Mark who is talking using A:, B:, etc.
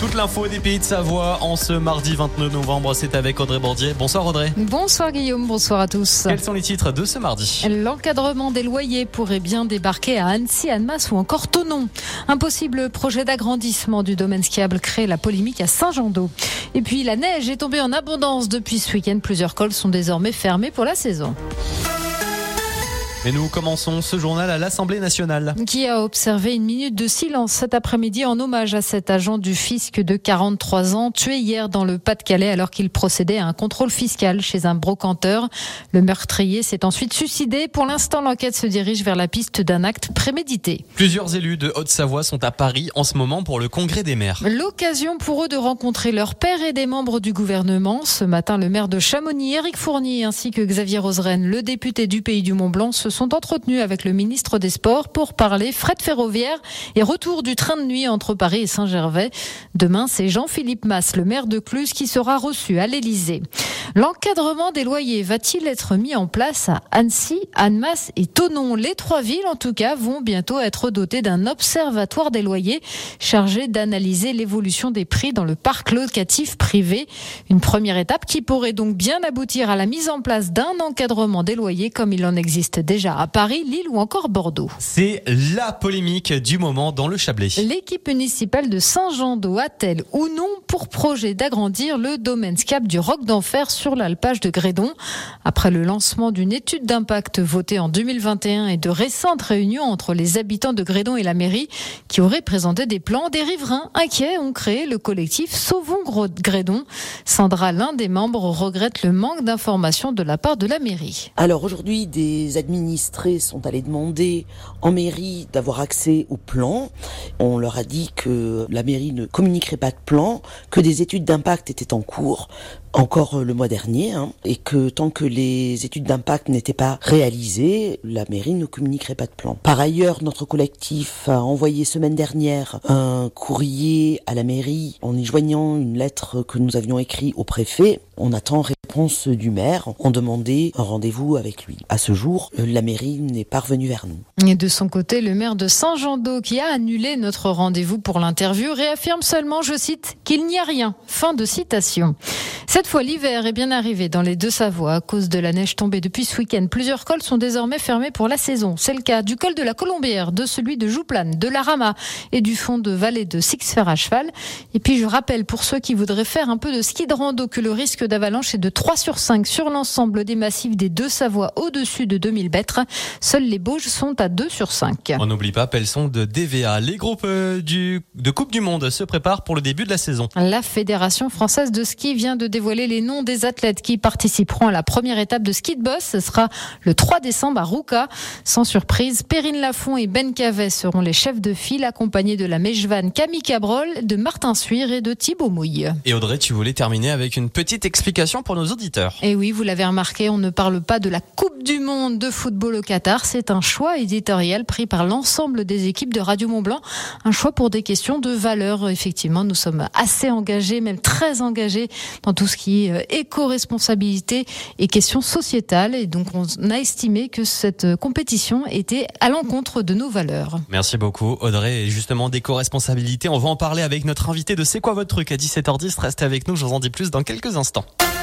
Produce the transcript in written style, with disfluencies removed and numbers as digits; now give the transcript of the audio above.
A: Toute l'info des Pays de Savoie en ce mardi 29 novembre, c'est avec Audrey Bordier. Bonsoir Audrey.
B: Bonsoir Guillaume, bonsoir à tous.
A: Quels sont les titres de ce mardi ?
B: L'encadrement des loyers pourrait bien débarquer à Annecy, Annemasse ou encore Thonon. Un possible projet d'agrandissement du domaine skiable crée la polémique à Saint-Jean-d'Eau. Et puis la neige est tombée en abondance depuis ce week-end. Plusieurs cols sont désormais fermés pour la saison.
A: Et nous commençons ce journal à l'Assemblée nationale.
B: Qui a observé une minute de silence cet après-midi en hommage à cet agent du fisc de 43 ans tué hier dans le Pas-de-Calais alors qu'il procédait à un contrôle fiscal chez un brocanteur. Le meurtrier s'est ensuite suicidé. Pour l'instant, l'enquête se dirige vers la piste d'un acte prémédité.
A: Plusieurs élus de Haute-Savoie sont à Paris en ce moment pour le congrès des maires.
B: L'occasion pour eux de rencontrer leurs pairs et des membres du gouvernement. Ce matin, le maire de Chamonix, Éric Fournier, ainsi que Xavier Roseraine, le député du Pays du Mont-Blanc, se sont entretenus avec le ministre des Sports pour parler fret ferroviaire et retour du train de nuit entre Paris et Saint-Gervais. Demain, c'est Jean-Philippe Masse, le maire de Cluses, qui sera reçu à l'Élysée. L'encadrement des loyers va-t-il être mis en place à Annecy, Annemasse et Thonon ? Les trois villes, en tout cas, vont bientôt être dotées d'un observatoire des loyers chargé d'analyser l'évolution des prix dans le parc locatif privé. Une première étape qui pourrait donc bien aboutir à la mise en place d'un encadrement des loyers comme il en existe déjà à Paris, Lille ou encore Bordeaux.
A: C'est la polémique du moment dans le Chablais.
B: L'équipe municipale de Saint-Jean-d'Eau a-t-elle ou non pour projet d'agrandir le domaine skiable du Roc d'Enfer sur l'alpage de Grédon ? Après le lancement d'une étude d'impact votée en 2021 et de récentes réunions entre les habitants de Grédon et la mairie qui auraient présenté des plans, des riverains inquiets ont créé le collectif Sauvons Grédon. Sandra, l'un des membres, regrette le manque d'informations de la part de la mairie.
C: Alors aujourd'hui, des administrés sont allés demander en mairie d'avoir accès au plan. On leur a dit que la mairie ne communiquerait pas de plan, que des études d'impact étaient en cours, encore le mois dernier, et que tant que les études d'impact n'étaient pas réalisées, la mairie ne communiquerait pas de plan. Par ailleurs, notre collectif a envoyé semaine dernière un courrier à la mairie en y joignant une lettre que nous avions écrite au préfet. On attend réponse du maire. On demandait un rendez-vous avec lui. À ce jour, la mairie n'est pas revenue vers nous.
B: Et de son côté, le maire de Saint-Jean-d'Eau, qui a annulé notre rendez-vous pour l'interview, réaffirme seulement, je cite, qu'il n'y a rien. Fin de citation. Cette fois, l'hiver est bien arrivé dans les Deux-Savoies. À cause de la neige tombée depuis ce week-end, plusieurs cols sont désormais fermés pour la saison. C'est le cas du col de la Colombière, de celui de Jouplane, de la Rama et du fond de vallée de Sixfer à cheval. Et puis, je rappelle pour ceux qui voudraient faire un peu de ski de rando que le risque d'avalanche est de 3 sur 5 sur l'ensemble des massifs des Deux-Savoies au-dessus de 2000 mètres. Seuls les Bauges sont à 2 sur 5.
A: On n'oublie pas, Pelson de DVA. Les groupes de Coupe du Monde se préparent pour le début de la saison.
B: La Fédération française de ski vient de dévoiler les noms des athlètes qui participeront à la première étape de ski de boss. Ce sera le 3 décembre à Rouca. Sans surprise, Perrine Lafont et Ben Cavet seront les chefs de file, accompagnés de la Mejevane Camille Cabrol, de Martin Suire et de Thibaut Mouille.
A: Et Audrey, tu voulais terminer avec une petite explication pour nos auditeurs.
B: Et oui, vous l'avez remarqué, on ne parle pas de la Coupe du Monde de football au Qatar. C'est un choix éditorial pris par l'ensemble des équipes de Radio Mont-Blanc. Un choix pour des questions de valeur. Effectivement, nous sommes assez engagés, même très engagés dans tout ce qui est éco-responsabilité et questions sociétales. Et donc, on a estimé que cette compétition était à l'encontre de nos valeurs.
A: Merci beaucoup, Audrey. Et justement, d'éco-responsabilité, on va en parler avec notre invité de C'est quoi votre truc à 17h10. Restez avec nous, je vous en dis plus dans quelques instants.